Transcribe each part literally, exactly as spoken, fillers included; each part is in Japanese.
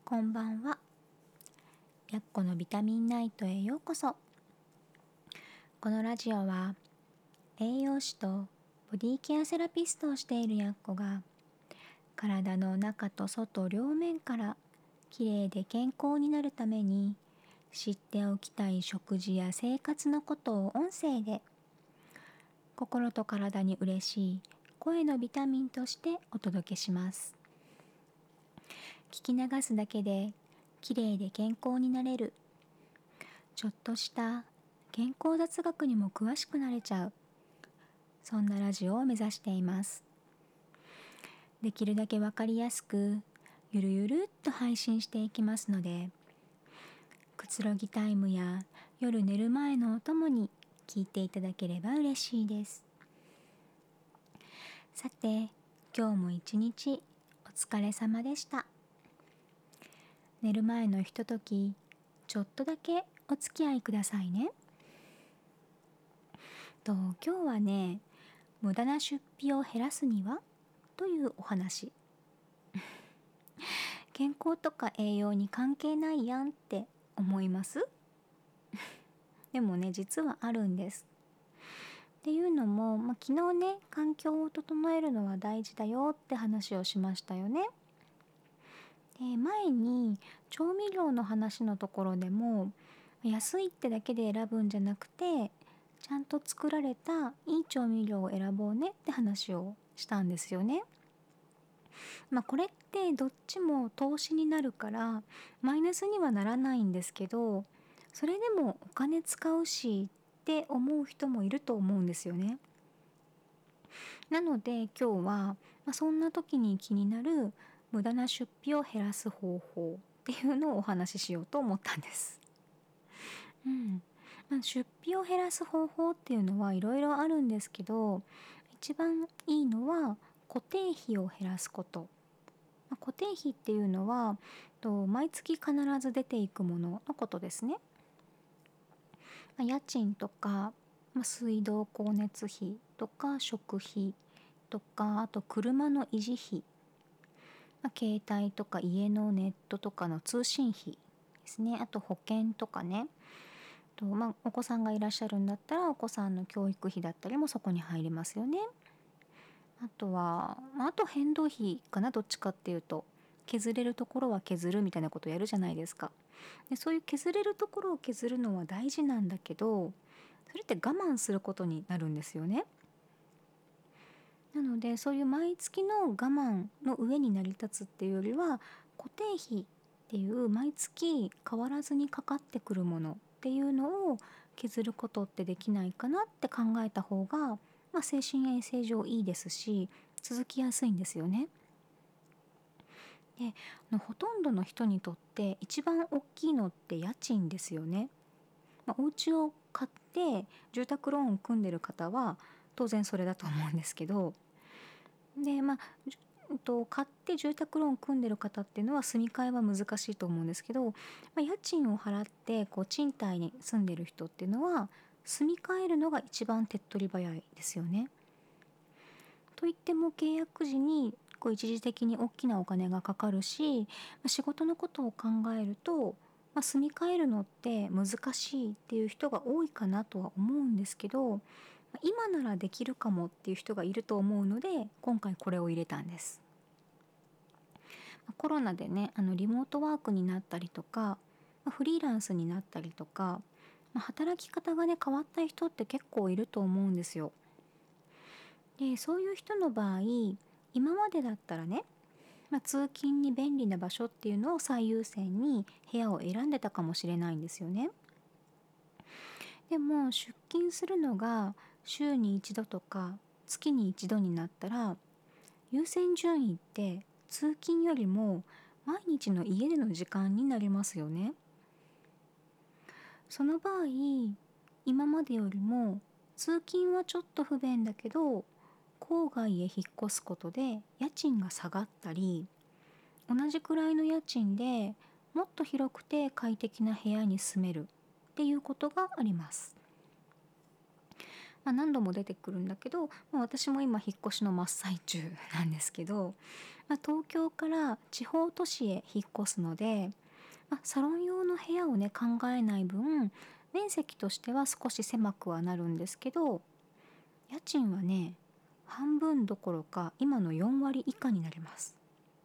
こんばんは。やっこのビタミンナイトへようこそ。このラジオは栄養士とボディケアセラピストをしているやっこが、体の中と外両面からきれいで健康になるために知っておきたい食事や生活のことを音声で、心と体に嬉しい声のビタミンとしてお届けします。聞き流すだけできれいで健康になれる、ちょっとした健康雑学にも詳しくなれちゃう、そんなラジオを目指しています。できるだけわかりやすくゆるゆるっと配信していきますので、くつろぎタイムや夜寝る前のお供に聞いていただければ嬉しいです。さて、今日も一日お疲れ様でした。寝る前のひととき、ちょっとだけお付き合いくださいね。と今日はね、無駄な出費を減らすにはというお話。健康とか栄養に関係ないやんって思いますでもね、実はあるんです。っていうのも、まあ、昨日ね、環境を整えるのは大事だよって話をしましたよね。で、前に調味料の話のところでも、安いってだけで選ぶんじゃなくて、ちゃんと作られたいい調味料を選ぼうねって話をしたんですよね。まあこれってどっちも投資になるからマイナスにはならないんですけど、それでもお金使うしって思う人もいると思うんですよね。なので今日は、まあ、そんな時に気になる無駄な出費を減らす方法っていうのをお話ししようと思ったんです。うんまあ、出費を減らす方法っていうのはいろいろあるんですけど、一番いいのは固定費を減らすこと。まあ固定費っていうのはと毎月必ず出ていくもののことですね。まあ、家賃とか、まあ、水道光熱費とか食費とか、あと車の維持費、まあ、携帯とか家のネットとかの通信費ですね。あと保険とかね。とまあ、お子さんがいらっしゃるんだったらお子さんの教育費だったりもそこに入りますよね。あとは、まあ、あと変動費かな、どっちかっていうと。削れるところは削るみたいなことやるじゃないですか。で、そういう削れるところを削るのは大事なんだけど、それって我慢することになるんですよね。なのでそういう毎月の我慢の上に成り立つっていうよりは、固定費っていう毎月変わらずにかかってくるものっていうのを削ることってできないかなって考えた方が、まあ、精神衛生上いいですし続きやすいんですよね。で、あのほとんどの人にとって一番大きいのって家賃ですよね。まあ、お家を買って住宅ローンを組んでる方は当然それだと思うんですけど、でまあじゅと買って住宅ローン組んでる方っていうのは住み替えは難しいと思うんですけど、まあ、家賃を払ってこう賃貸に住んでる人っていうのは住み替えるのが一番手っ取り早いですよね。といっても契約時にこう一時的に大きなお金がかかるし、まあ仕事のことを考えると、まあ、住み替えるのって難しいっていう人が多いかなとは思うんですけど、まあ今ならできるかもっていう人がいると思うので今回これを入れたんです。まあコロナでね、あのリモートワークになったりとか、まあフリーランスになったりとか、まあ働き方がね変わった人って結構いると思うんですよ。で、そういう人の場合、今までだったらね、まあ、通勤に便利な場所っていうのを最優先に部屋を選んでたかもしれないんですよね。でも出勤するのが週に一度とか月に一度になったら、優先順位って通勤よりも毎日の家での時間になりますよね。その場合、今までよりも通勤はちょっと不便だけど郊外へ引っ越すことで家賃が下がったり、同じくらいの家賃でもっと広くて快適な部屋に住めるっていうことがあります。まあ、何度も出てくるんだけど、まあ、私も今引っ越しの真っ最中なんですけど、 まあ、東京から地方都市へ引っ越すので、まあ、サロン用の部屋をね考えない分、面積としては少し狭くはなるんですけど、家賃はね半分どころか今のよん割以下になります。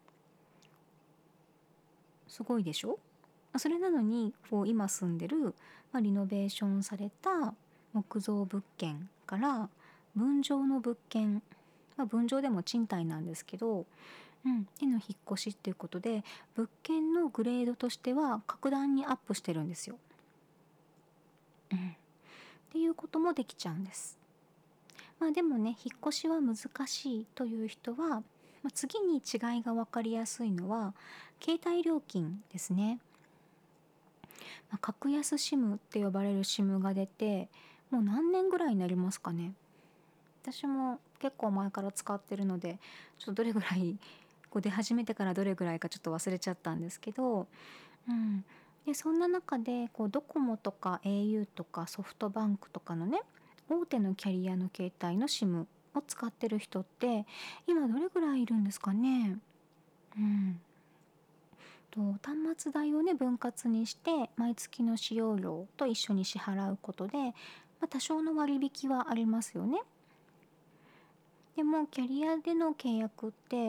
すごいでしょ。それなのにこう今住んでる、まあ、リノベーションされた木造物件から分譲の物件、まあ、分譲でも賃貸なんですけど、うん、への引っ越しっていうことで物件のグレードとしては格段にアップしてるんですよ。うん、っていうこともできちゃうんです。まあでもね、引っ越しは難しいという人は、まあ、次に違いが分かりやすいのは携帯料金ですね。まあ、格安 SIM って呼ばれる SIM が出てもう何年ぐらいになりますかね。私も結構前から使ってるので、ちょっとどれぐらいこう出始めてからどれぐらいかちょっと忘れちゃったんですけど、うん、でそんな中でこうドコモとか au とかソフトバンクとかのね大手のキャリアの携帯の SIM を使ってる人って今どれぐらいいるんですかね。うん、と端末代をね分割にして毎月の使用料と一緒に支払うことで、まあ、多少の割引はありますよね。でもキャリアでの契約って、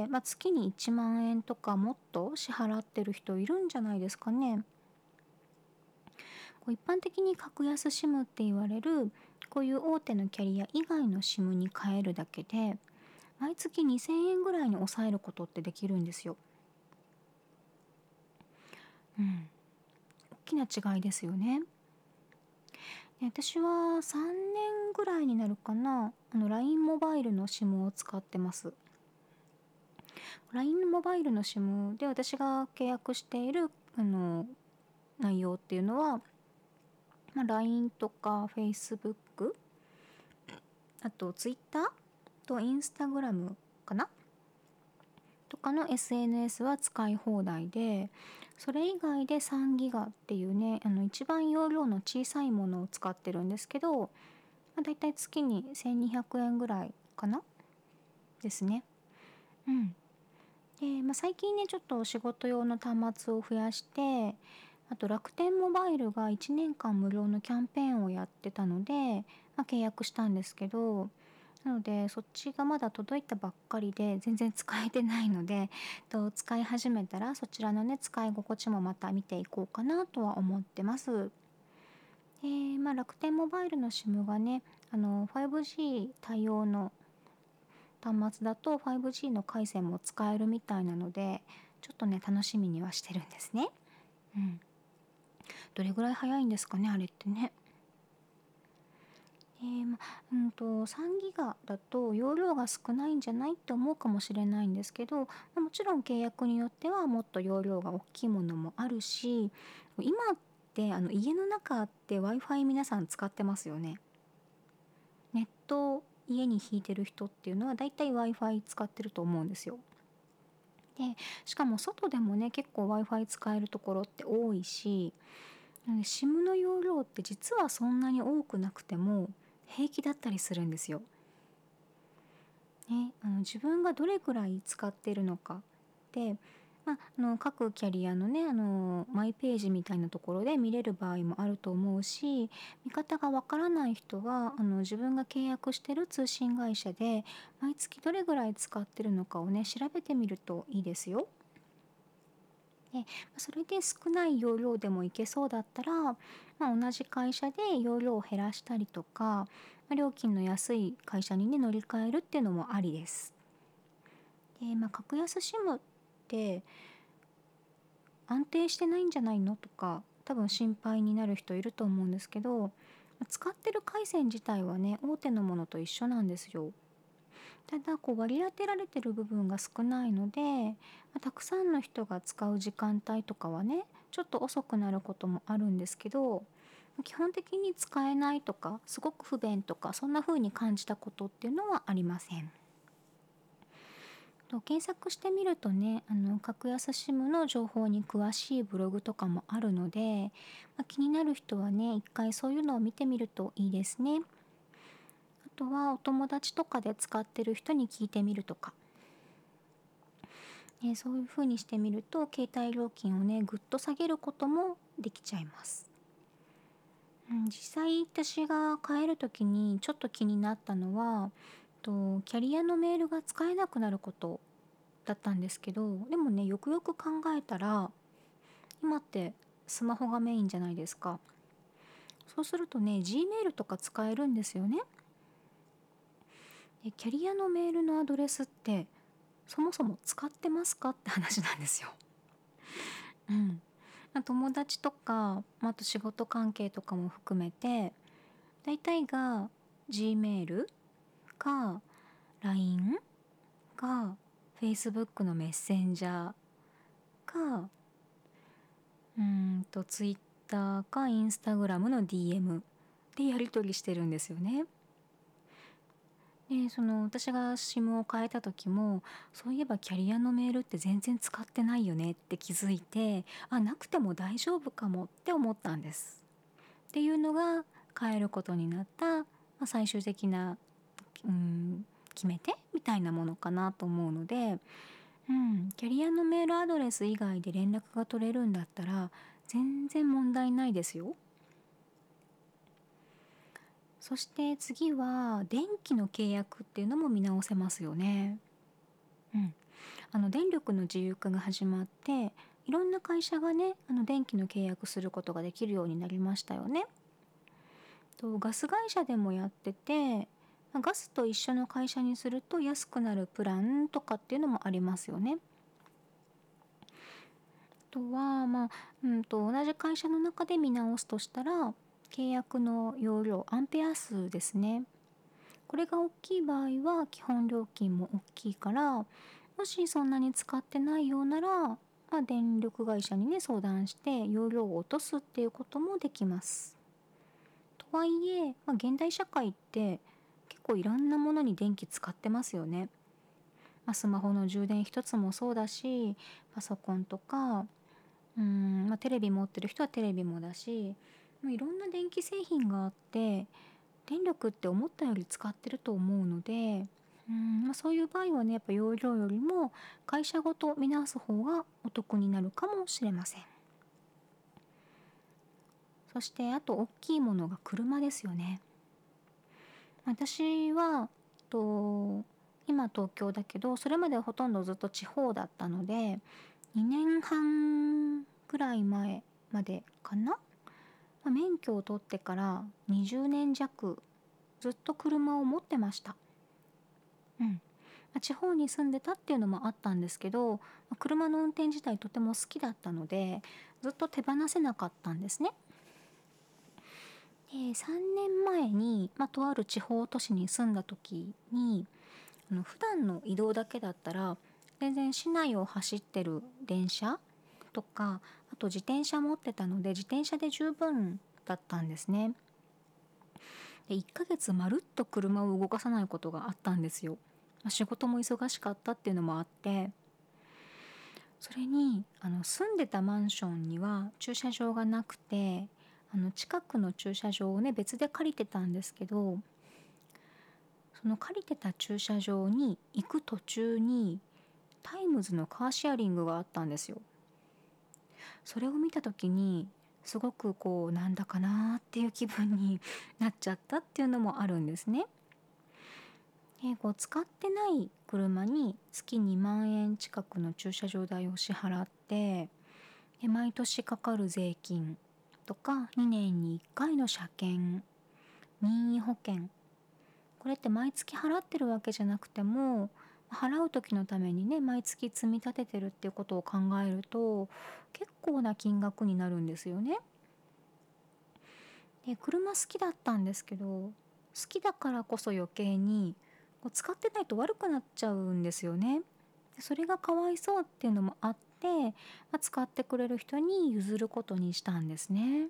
まあ、月にいちまん円とかもっと支払ってる人いるんじゃないですかね。こう一般的に格安 SIM って言われるこういう大手のキャリア以外の SIM に変えるだけで毎月にせんえんぐらいに抑えることってできるんですよ。うん、大きな違いですよね。で私はさんねんぐらいになるかな、あの ライン モバイルの SIM を使ってます。ライン モバイルの SIM で私が契約しているあの内容っていうのは、まあ、ライン とか Facebook、あと Twitter と Instagram かなとかの エスエヌエス は使い放題で、それ以外でさんギガっていうねあの一番容量の小さいものを使ってるんですけど、まあ、だいたい月にせんにひゃくえんぐらいかなですね。うんで、まあ、最近ねちょっと仕事用の端末を増やして、あと楽天モバイルがいちねんかん無料のキャンペーンをやってたので、まあ、契約したんですけど、なのでそっちがまだ届いたばっかりで全然使えてないので、と使い始めたらそちらのね使い心地もまた見ていこうかなとは思ってます。で、まあ、楽天モバイルの SIM がねあの ファイブジー 対応の端末だと ファイブジー の回線も使えるみたいなので、ちょっとね楽しみにはしてるんですね。うん、どれぐらい早いんですかねあれってね。えーまうんと、さんギガだと容量が少ないんじゃないって思うかもしれないんですけど、まあもちろん契約によってはもっと容量が大きいものもあるし、今ってあの家の中って w i f i 皆さん使ってますよね。ネットを家に引いてる人っていうのはだいたい w i f i 使ってると思うんですよ。でしかも外でもね結構 w i f i 使えるところって多いし、なので SIM の容量って実はそんなに多くなくても平気だったりするんですよ。ね、あの自分がどれくらい使っているのかで、まあ、あの各キャリアのねあのマイページみたいなところで見れる場合もあると思うし、見方がわからない人はあの自分が契約してる通信会社で毎月どれぐらい使ってるのかをね調べてみるといいですよ。でそれで少ない容量でもいけそうだったら、まあ、同じ会社で容量を減らしたりとか、まあ、料金の安い会社にね乗り換えるっていうのもありです。で、まあ、格安 SIM って安定してないんじゃないのとか多分心配になる人いると思うんですけど、まあ使ってる回線自体はね大手のものと一緒なんですよ。ただこう割り当てられてる部分が少ないので、まあ、たくさんの人が使う時間帯とかはねちょっと遅くなることもあるんですけど、基本的に使えないとかすごく不便とかそんな風に感じたことっていうのはありません。と検索してみるとねあの格安 SIM の情報に詳しいブログとかもあるので、まあ、気になる人はね一回そういうのを見てみるといいですね。あとはお友達とかで使ってる人に聞いてみるとか、 ね、そういう風にしてみると携帯料金をねぐっと下げることもできちゃいます。うん、実際私が変える時にちょっと気になったのはとキャリアのメールが使えなくなることだったんですけど、でもねよくよく考えたら今ってスマホがメインじゃないですか。そうするとね Gmail とか使えるんですよね。でキャリアのメールのアドレスってそもそも使ってますかって話なんですよ。うん、まあ友達とか、まあ、あと仕事関係とかも含めて大体が Gmail か ライン か Facebook のメッセンジャーかうーんと Twitter か Instagram の ディーエム でやり取りしてるんですよね。でその私が SIM を変えた時もそういえばキャリアのメールって全然使ってないよねって気づいて、あなくても大丈夫かもって思ったんです。っていうのが変えることになった、まあ、最終的なうん決め手みたいなものかなと思うので、うん、キャリアのメールアドレス以外で連絡が取れるんだったら全然問題ないですよ。そして次は電気の契約っていうのも見直せますよね。うん、あの電力の自由化が始まっていろんな会社がねあの電気の契約することができるようになりましたよね。とガス会社でもやってて、まあガスと一緒の会社にすると安くなるプランとかっていうのもありますよね。あとは、まあうん、と同じ会社の中で見直すとしたら契約の容量アンペア数ですね。これが大きい場合は基本料金も大きいから、もしそんなに使ってないようなら、まあ、電力会社にね相談して容量を落とすっていうこともできます。とはいえ、まあ、現代社会って結構いろんなものに電気使ってますよね。まあ、スマホの充電一つもそうだし、パソコンとかうーん、まあ、テレビ持ってる人はテレビもだし、もういろんな電気製品があって電力って思ったより使ってると思うので、うん、まあ、そういう場合はねやっぱ容量よりも会社ごと見直す方がお得になるかもしれません。そしてあと大きいものが車ですよね。私はと今東京だけどそれまではほとんどずっと地方だったのでにねんはんくらい前までかな、まあ免許を取ってからにじゅうねん弱ずっと車を持ってました。うん。まあ地方に住んでたっていうのもあったんですけど、まあ車の運転自体とても好きだったので、ずっと手放せなかったんですね。で、さんねんまえに、まあ、とある地方都市に住んだ時に、あの普段の移動だけだったら、全然市内を走ってる電車とか、あと自転車持ってたので、自転車で十分だったんですね。で、いっかげつまるっと車を動かさないことがあったんですよ。まあ仕事も忙しかったっていうのもあって、それにあの住んでたマンションには駐車場がなくて、あの近くの駐車場をね別で借りてたんですけど、その借りてた駐車場に行く途中にタイムズのカーシェアリングがあったんですよ。それを見た時にすごくこうなんだかなーっていう気分になっちゃったっていうのもあるんですね。でこう使ってない車に月にまんえん近くの駐車場代を支払って、で毎年かかる税金とかにねんにいっかいの車検、任意保険、これって毎月払ってるわけじゃなくても払う時のためにね毎月積み立ててるっていうことを考えると結構な金額になるんですよね。で車好きだったんですけど好きだからこそ余計にこう使ってないと悪くなっちゃうんですよね。でそれがかわいそうっていうのもあって、まあ、使ってくれる人に譲ることにしたんですね。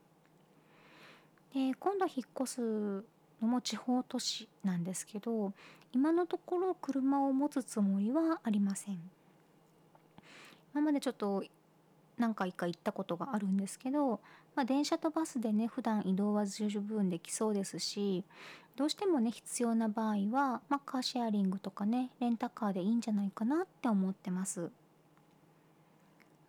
で今度引っ越すのも地方都市なんですけど今のところ車を持つつもりはありません。今までちょっと何回か行ったことがあるんですけど、まあ、電車とバスでね普段移動は十分できそうですし、どうしてもね必要な場合は、まあ、カーシェアリングとかねレンタカーでいいんじゃないかなって思ってます。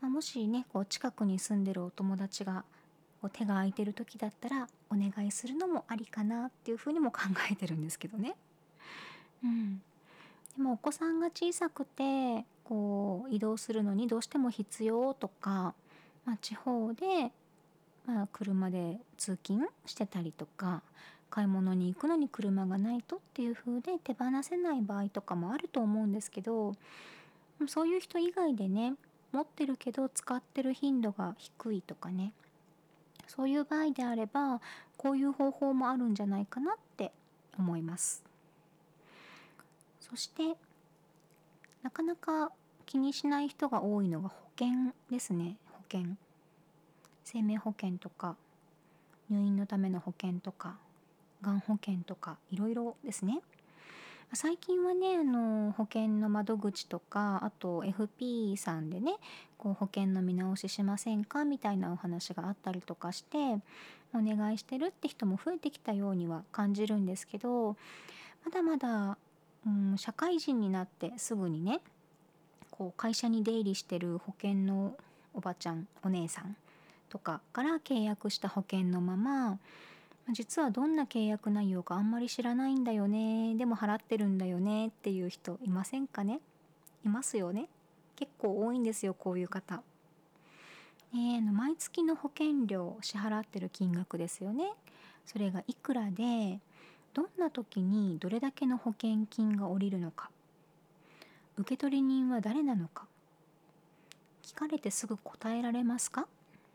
まあ、もしねこう近くに住んでるお友達がこう手が空いてる時だったらお願いするのもありかなっていうふうにも考えてるんですけどね。うん、でもお子さんが小さくてこう移動するのにどうしても必要とか、まあ、地方で、まあ、車で通勤してたりとか買い物に行くのに車がないとっていう風で手放せない場合とかもあると思うんですけど、そういう人以外でね持ってるけど使ってる頻度が低いとかね、そういう場合であればこういう方法もあるんじゃないかなって思います。そしてなかなか気にしない人が多いのが保険ですね。保険、生命保険とか入院のための保険とかがん保険とかいろいろですね。最近はねあの保険の窓口とかあと エフピー さんでねこう保険の見直ししませんかみたいなお話があったりとかしてお願いしてるって人も増えてきたようには感じるんですけど、まだまだ、うん、社会人になってすぐにねこう会社に出入りしてる保険のおばちゃんお姉さんとかから契約した保険のまま、実はどんな契約内容かあんまり知らないんだよね、でも払ってるんだよねっていう人いませんかね。いますよね。結構多いんですよこういう方。ね、あの毎月の保険料支払ってる金額ですよね。それがいくらでどんな時にどれだけの保険金が下りるのか、受取人は誰なのか、聞かれてすぐ答えられますか？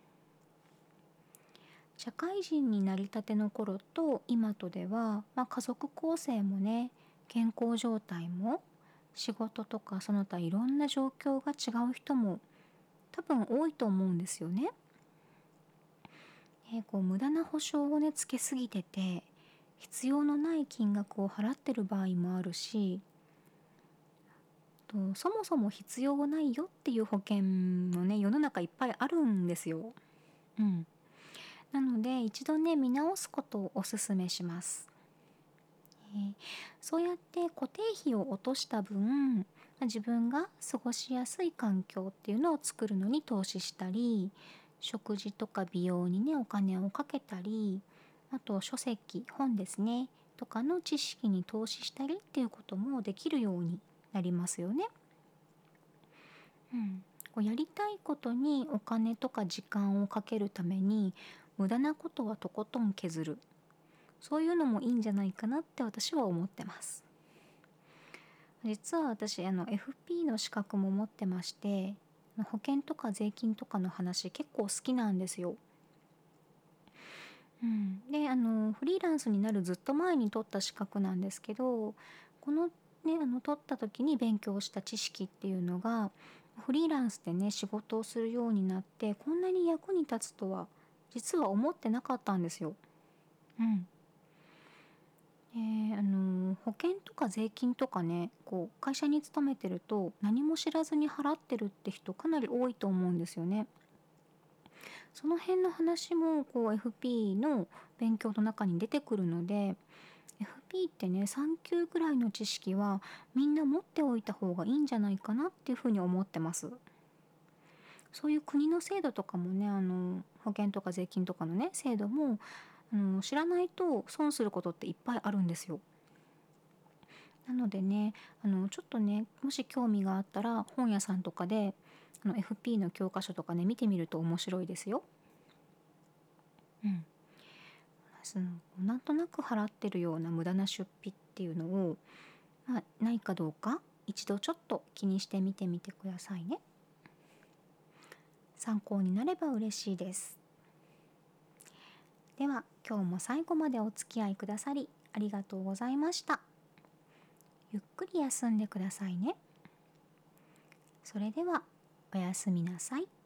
社会人になりたての頃と今とでは、まあ、家族構成もね健康状態も仕事とかその他いろんな状況が違う人も多分多いと思うんですよね。えーこう無駄な保証をねつけすぎてて必要のない金額を払ってる場合もあるし、とそもそも必要ないよっていう保険もね世の中いっぱいあるんですよ。うん、なので一度ね見直すことをおすすめします。えーそうやって固定費を落とした分、まあ自分が過ごしやすい環境っていうのを作るのに投資したり、食事とか美容にねお金をかけたり、あと書籍本ですねとかの知識に投資したりっていうこともできるようになりますよね。うん、こうやりたいことにお金とか時間をかけるために無駄なことはとことん削る、そういうのもいいんじゃないかなって私は思ってます。実は私あの エフピー の資格も持ってまして、保険とか税金とかの話結構好きなんですよ。うん、であのフリーランスになるずっと前に取った資格なんですけど、このねあの取った時に勉強した知識っていうのがフリーランスでね仕事をするようになってこんなに役に立つとは実は思ってなかったんですよ。うん、えーあの保険とか税金とかねこう会社に勤めてると何も知らずに払ってるって人かなり多いと思うんですよね。その辺の話もこう エフピー の勉強の中に出てくるので、 エフピー ってねさん級ぐらいの知識はみんな持っておいた方がいいんじゃないかなっていうふうに思ってます。そういう国の制度とかもねあの保険とか税金とかのね制度もあの知らないと損することっていっぱいあるんですよ。なのでねあのちょっとねもし興味があったら本屋さんとかであの エフピー の教科書とかね見てみると面白いですよ。うん、そのなんとなく払ってるような無駄な出費っていうのを、まあ、ないかどうか一度ちょっと気にしてみてみてくださいね。参考になれば嬉しいです。では今日も最後までお付き合いくださりありがとうございました。ゆっくり休んでくださいね。それではおやすみなさい。